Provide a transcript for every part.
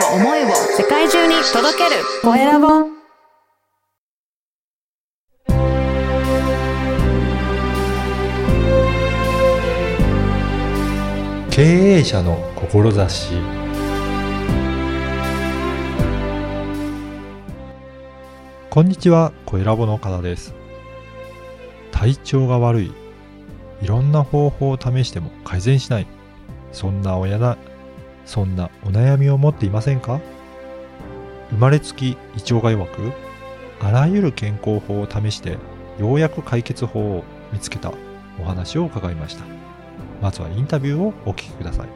思いを世界中に届けるコエラボ。 経営者の志。こんにちは、コエラボの岡田です。体調が悪い、いろんな方法を試しても改善しない、そんなお悩みを持っていませんか？生まれつき胃腸が弱く、あらゆる健康法を試してようやく解決法を見つけたお話を伺いました。まずはインタビューをお聞きください。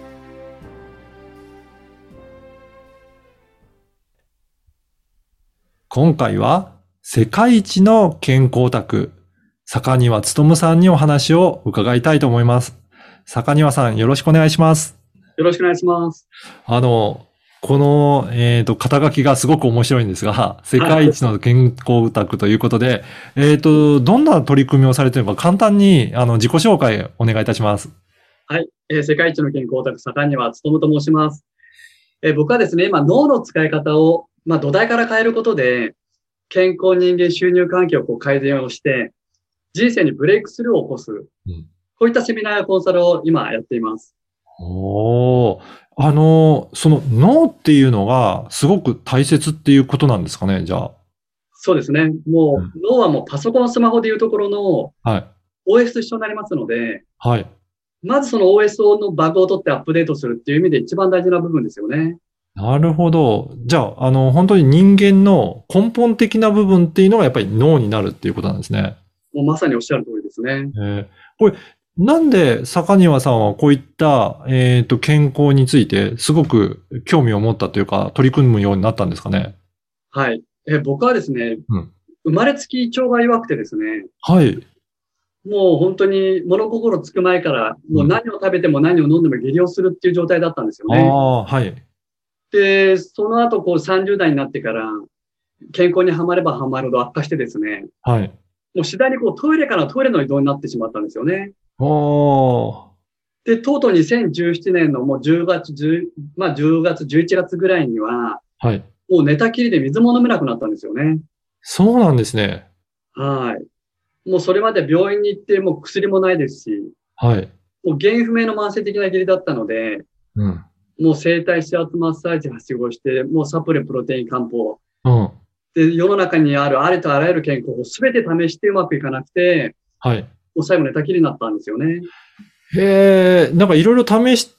今回は世界一の健康オタク、坂庭勉さんにお話を伺いたいと思います。坂庭さん、よろしくお願いします。 よろしくお願いします。 この、肩書きがすごく面白いんですが、世界一の健康オタクということで、どんな取り組みをされているのか簡単に自己紹介お願いいたします。 はい、世界一の健康オタク、坂庭勉と申します。僕はですね、今脳の使い方を土台から変えることで、健康人間収入環境を改善をして、人生にブレイクスルーを起こす。こういったセミナーやコンサルを今やっています。 その脳っていうのがすごく大切っていうことなんですかね、じゃあ。 そうですね。脳はもうパソコン、スマホでいうところの、OS と一緒になりますので、 はい。 まずその OS のバグを取ってアップデートするっていう意味で一番大事な部分ですよね。 なるほど。じゃあ、本当に人間の根本的な部分っていうのがやっぱり脳になるっていうことなんですね。 もうまさにおっしゃる通りですね。 これ、なんで坂庭さんはこういった、健康についてすごく興味を持ったというか、取り組むようになったんですかね。 はい。僕はですね、生まれつき胃腸が弱くてですね。 はい。 もう本当に物心つく前から、もう何を食べても何を飲んでも下痢をするっていう状態だったんですよね。 はい。 で、その後30代になってから、健康にはまればはまるほど悪化してですね。 はい。 もう次第にトイレからトイレの移動になってしまったんですよね。で、とうとう2017年のもう10月、11月ぐらいには、 はい。 もう寝たきりで水も飲めなくなったんですよね。 そうなんですね。 はい。もうそれまで病院に行ってもう薬もないですし、 はい。 もう原因不明の慢性的な下痢だったので、もう整体指圧マッサージはしごして、もうサプリ、プロテイン、漢方。で、世の中にあるありとあらゆる健康法を全て試してうまくいかなくて、はい。もう最後寝たきりになったんですよね。 なんかいろいろ試して、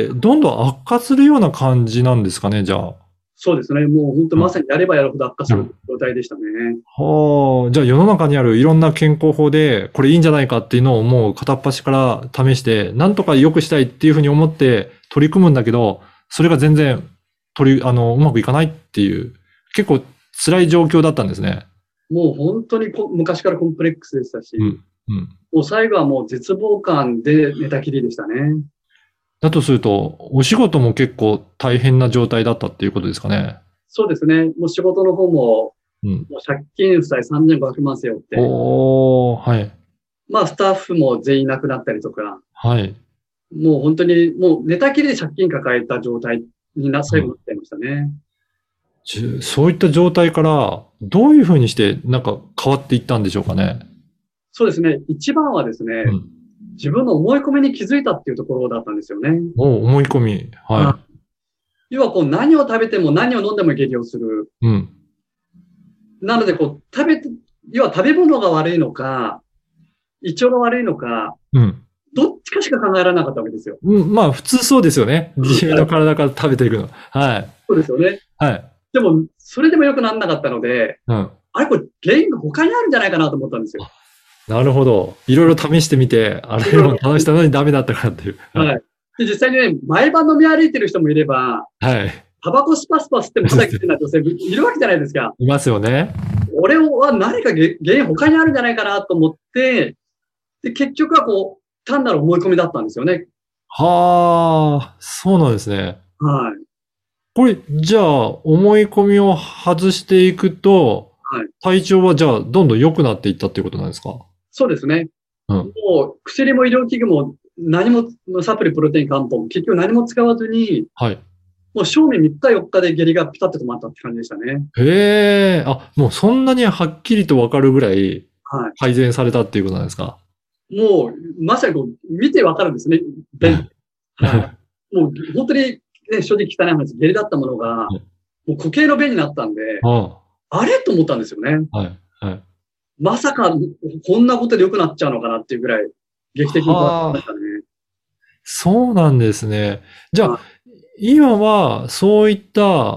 どんどん悪化するような感じなんですかね、じゃあ。 そうですね。もう本当まさにやればやるほど悪化する状態でしたね。 じゃあ世の中にあるいろんな健康法で、これいいんじゃないかっていうのをもう片っ端から試して、なんとか良くしたいっていうふうに思って取り組むんだけど、それが全然うまくいかないっていう、結構辛い状況だったんですね。 もう本当に昔からコンプレックスでしたし、もう最後はもう絶望感で寝たきりでしたね。 だとすると、お仕事も結構大変な状態だったっていうことですかね。 そうですね。もう仕事の方も、もう借金負債3500万背負って。 はい。 スタッフも全員亡くなったりとか。 はい。 もう本当に、もう寝たきりで借金抱えた状態に最後になっちゃいましたね。 そういった状態から、どういうふうにしてなんか変わっていったんでしょうかね。 そうですね。一番はですね、自分の思い込みに気づいたっていうところだったんですよね。 思い込み。はい。 要は何を食べても何を飲んでも下痢をする。なので要は食べ物が悪いのか、胃腸が悪いのか、どっちかしか考えられなかったわけですよ。 普通そうですよね。自分の体から食べていくの。はい。 そうですよね。 はい。 でも、それでも良くならなかったので、あれこれ原因が他にあるんじゃないかなと思ったんですよ。 なるほど。いろいろ試してみて、あれも試したのにダメだったからっていう。 はい。で、実際にね、毎晩飲み歩いてる人もいれば、 はい。 タバコスパスパ吸ってもまだ来てない女性いるわけじゃないですか。 いますよね。 俺は何か原因他にあるんじゃないかなと思って、で、結局は単なる思い込みだったんですよね。 そうなんですね。 はい。 これ、じゃあ、思い込みを外していくと、体調はじゃあ、どんどん良くなっていったっていうことなんですか？ そうですね。もう、薬も医療器具も何も、サプリ、プロテイン、漢方も結局何も使わずに、 もう正味3日4日で下痢がピタッと止まったって感じでしたね。 へえ、もうそんなにはっきりとわかるぐらいはい。 改善されたっていうことなんですか？ もう、まさにこう、見てわかるんですね。はい。もう、本当に、ね、正直汚い話、下痢だったものが、もう固形の便になったんで、あれと思ったんですよね。 はい。はい。 まさか、こんなことで良くなっちゃうのかなっていうぐらい、劇的に変わってましたね。 そうなんですね。じゃはあ、今は、そういった、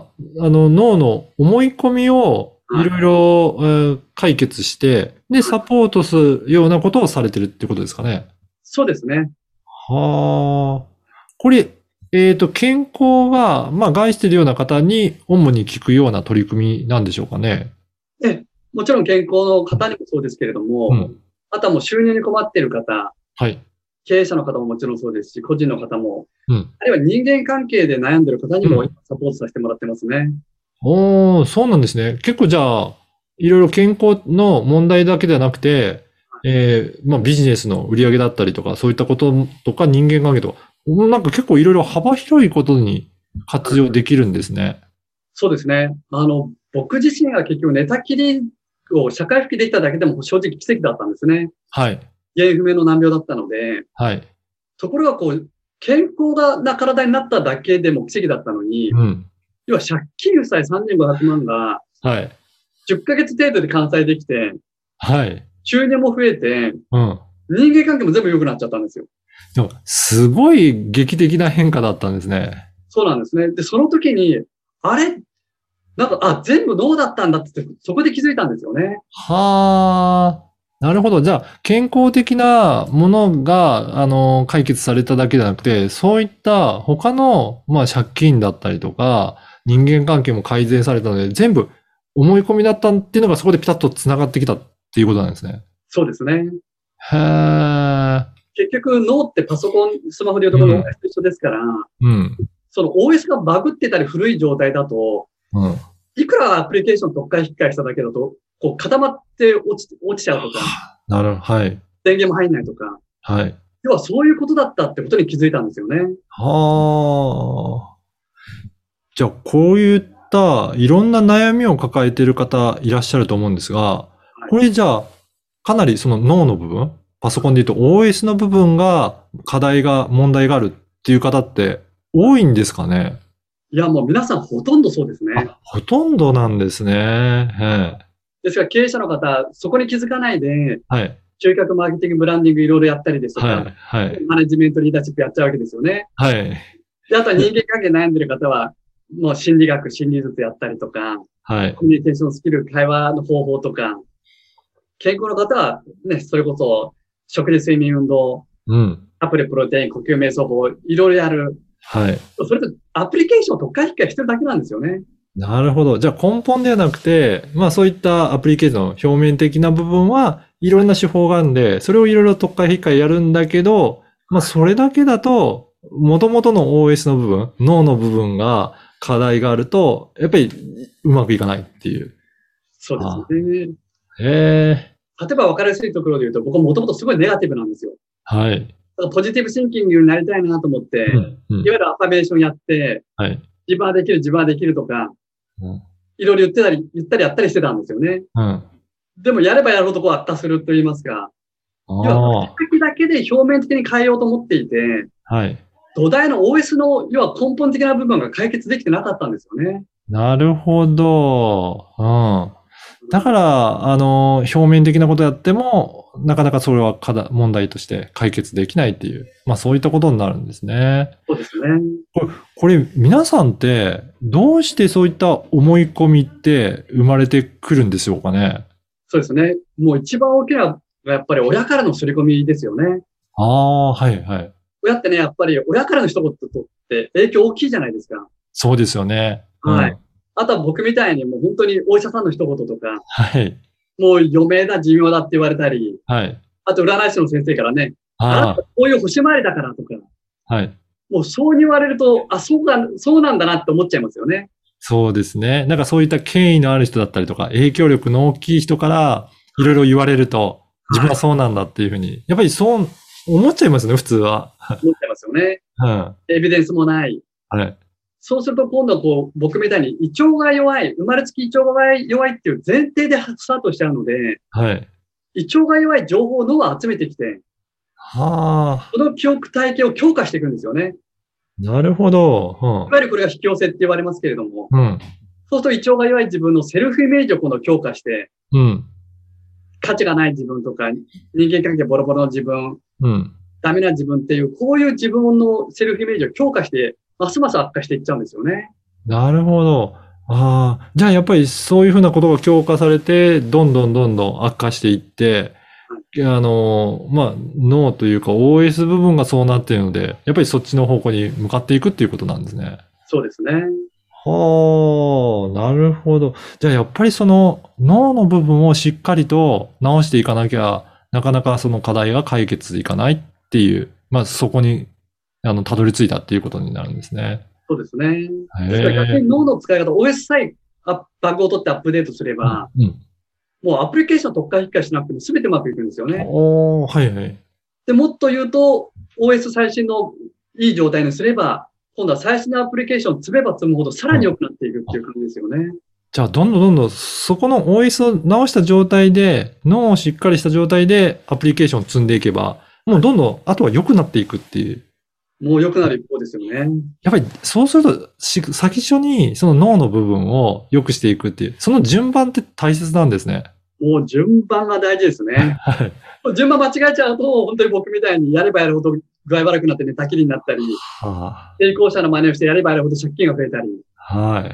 脳の思い込みを、いろいろ解決して、で、サポートするようなことをされてるってことですかね。 そうですね。 はあ。これ、健康が、まあ、害しているような方に、主に効くような取り組みなんでしょうかね。 もちろん健康の方にもそうですけれども、あとはもう収入に困っている方、 はい。 経営者の方ももちろんそうですし、個人の方も、 あるいは人間関係で悩んでいる方にもサポートさせてもらってますね。 そうなんですね。結構じゃあ、いろいろ健康の問題だけではなくて、まあビジネスの売り上げだったりとか、そういったこととか人間関係とか、なんか結構いろいろ幅広いことに活用できるんですね。 そうですね。僕自身が結局寝たきりを社会復帰できただけでも正直奇跡だったんですね。 はい。 原因不明の難病だったので。 はい。 ところがこう、健康な体になっただけでも奇跡だったのに、要は借金さえ3500万が、はい。10ヶ月程度で完済できて、はい。収入も増えて、人間関係も全部良くなっちゃったんですよ。 でも、すごい劇的な変化だったんですね。 そうなんですね。で、その時に、あれなんか、全部脳だったんだって、そこで気づいたんですよね。 はあ。なるほど。じゃあ、健康的なものが、解決されただけじゃなくて、そういった他の、まあ、借金だったりとか、人間関係も改善されたので、全部思い込みだったっていうのがそこでピタッと繋がってきたっていうことなんですね。 そうですね。 へー。 結局、脳ってパソコン、スマホでいうところの OS と一緒ですから、その OS がバグってたり古い状態だと、いくらアプリケーション特化引っ換えしただけだと、こう固まって落ちちゃうとか。 なるほど。はい。 電源も入んないとか。はい。要はそういうことだったってことに気づいたんですよね。 はあ。じゃあ、こういったいろんな悩みを抱えている方いらっしゃると思うんですが、これじゃあ、かなりその脳の部分、パソコンで言うと OS の部分が問題があるっていう方って多いんですかね？ いや、もう皆さんほとんどそうですね。 ほとんどなんですね。 ですから経営者の方、そこに気づかないで、集客、マーケティング、ブランディングいろいろやったりですとか、マネジメント、リーダーシップやっちゃうわけですよね。で、あとは人間関係悩んでる方は、もう心理学、心理術やったりとか、コミュニケーションスキル、会話の方法とか、健康の方はね、それこそ食事、睡眠、運動、アプリ、プロテイン、呼吸瞑想法、いろいろやる。それとアプリケーションを特化引っ換えしてるだけなんですよね。 なるほど。じゃあ根本ではなくて、まあそういったアプリケーションの表面的な部分はいろんな手法があるんで、それをいろいろ特化引っ換えやるんだけど、まあそれだけだと、元々の OS の部分、脳の部分が課題があると、やっぱりうまくいかないっていう。 そうですね。 例えば分かりやすいところで言うと、僕はもともとすごいネガティブなんですよ。 はい。 ポジティブシンキングになりたいなと思って、いわゆるアファメーションやって、自分はできる、自分はできるとか、いろいろ言ったりやったりしてたんですよね。でもやればやるほど悪化すると言いますか、要は目的だけで表面的に変えようと思っていて、土台の OS の要は根本的な部分が解決できてなかったんですよね。 なるほど。だから、表面的なことやっても、なかなかそれは問題として解決できないっていう、まあそういったことになるんですね。 そうですね。 これ皆さんって、どうしてそういった思い込みって生まれてくるんでしょうかね？ そうですね。もう一番大きなのがやっぱり親からの刷り込みですよね。親ってね、やっぱり親からの一言って影響大きいじゃないですか。 そうですよね。 あとは僕みたいにもう本当にお医者さんの一言とか、もう余命だ、寿命だって言われたり、あと占い師の先生からね、あなたこういう星回りだからとか、もうそう言われると、そうなんだなって思っちゃいますよね。 そうですね。なんかそういった権威のある人だったりとか、影響力の大きい人からいろいろ言われると、自分はそうなんだっていうふうに、やっぱりそう思っちゃいますね、普通は。 思っちゃいますよね。エビデンスもない。 そうすると今度はこう、僕みたいに胃腸が弱い、生まれつき胃腸が弱いっていう前提でスタートしちゃうので、 はい。 胃腸が弱い情報を脳が集めてきて、 はあ。 その記憶体系を強化していくんですよね。 なるほど。 いわゆるこれが引き寄せって言われますけれども、 うん。 そうすると胃腸が弱い自分のセルフイメージを今度強化して、 うん。 価値がない自分とか、人間関係ボロボロの自分、 うん。 ダメな自分っていう、こういう自分のセルフイメージを強化して、ますます悪化していっちゃうんですよね。 なるほど。ああ。じゃあやっぱりそういうふうなことが強化されて、どんどんどんどん悪化していって、脳というか OS 部分がそうなっているので、やっぱりそっちの方向に向かっていくっていうことなんですね。 そうですね。 はあ、なるほど。じゃあやっぱりその脳の部分をしっかりと直していかなきゃ、なかなかその課題が解決いかないっていう、そこに、たどり着いたっていうことになるんですね。 そうですね。 へですから逆え。 に脳の使い方、OS さえバグを取ってアップデートすれば、 うん。 もうアプリケーション特化引っかしなくても全てうまくいくんですよね。 おー、はいはい。 で、もっと言うと、OS 最新のいい状態にすれば、今度は最新のアプリケーションを積めば積むほどさらに良くなっていくっていう感じですよね。 じゃあ、どんどんどんどん、そこの OS を直した状態で、脳をしっかりした状態でアプリケーションを積んでいけば、もうどんどん、あとは良くなっていくっていう。 もう良くなる一方ですよね。 やっぱり、そうすると、先初にその脳の部分を良くしていくっていう、その順番って大切なんですね。 もう順番が大事ですね。 はい。 順番間違えちゃうと、本当に僕みたいにやればやるほど具合悪くなって寝たきりになったり、 は成功者の真似をしてやればやるほど借金が増えたり、 あ、はい。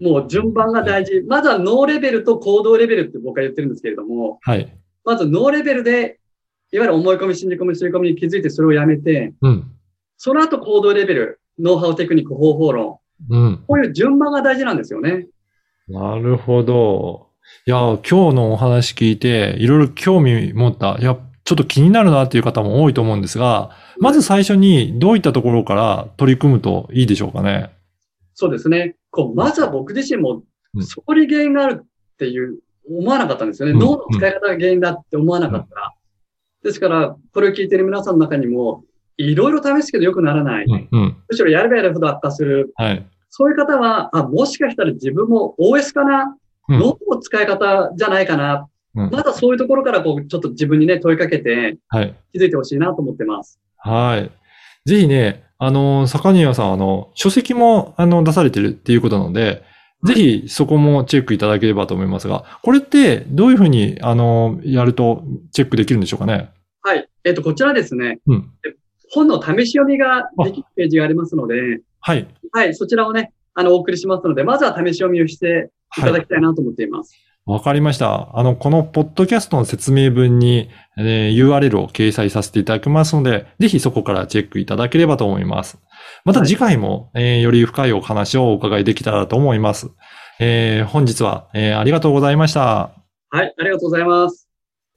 もう順番が大事。まずは脳レベルと行動レベルって僕は言ってるんですけれども、 はい。 まず脳レベルで、いわゆる思い込み、信じ込み、刷り込みに気づいてそれをやめて、 うん。 その後行動レベル、ノウハウ、テクニック、方法論。 うん。 こういう順番が大事なんですよね。 なるほど。いや、今日のお話聞いて、いろいろ興味持った。いや、ちょっと気になるなっていう方も多いと思うんですが、まず最初にどういったところから取り組むといいでしょうかね。 そうですね。まずは僕自身も、そこに原因があるっていう思わなかったんですよね。脳の使い方が原因だって思わなかったら。ですから、これを聞いている皆さんの中にも、いろいろ試すけど良くならない。むしろやればやるほど悪化する。 はい。 そういう方は、もしかしたら自分も OS かな、脳の使い方じゃないかな。まだそういうところからちょっと自分にね、問いかけて、気づいてほしいなと思ってます。 はい。ぜひね、坂庭さん、書籍も、出されてるっていうことなので、ぜひそこもチェックいただければと思いますが、これってどういうふうに、やるとチェックできるんでしょうかね。 はい。こちらですね、本の試し読みができるページがありますので、はい。はい。そちらをね、お送りしますので、まずは試し読みをしていただきたいなと思っています。 わかりました。このポッドキャストの説明文に、URL を掲載させていただきますので、ぜひそこからチェックいただければと思います。また次回も、より深いお話をお伺いできたらと思います。本日は、ありがとうございました。 はい、ありがとうございます。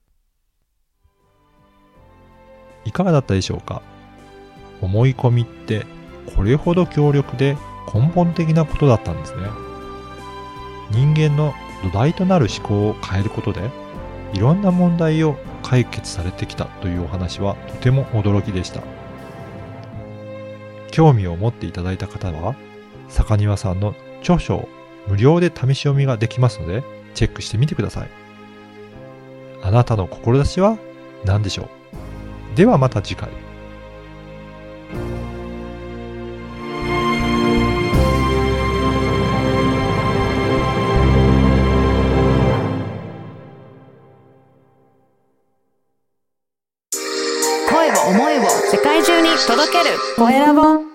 いかがだったでしょうか。思い込みってこれほど強力で根本的なことだったんですね。人間の土台となる思考を変えることでいろんな問題を解決されてきたというお話はとても驚きでした。興味を持っていただいた方は坂庭さんの著書を無料で試し読みができますのでチェックしてみてください。あなたの志は何でしょう。ではまた次回。 声を思いを世界中に届けるコエラボ。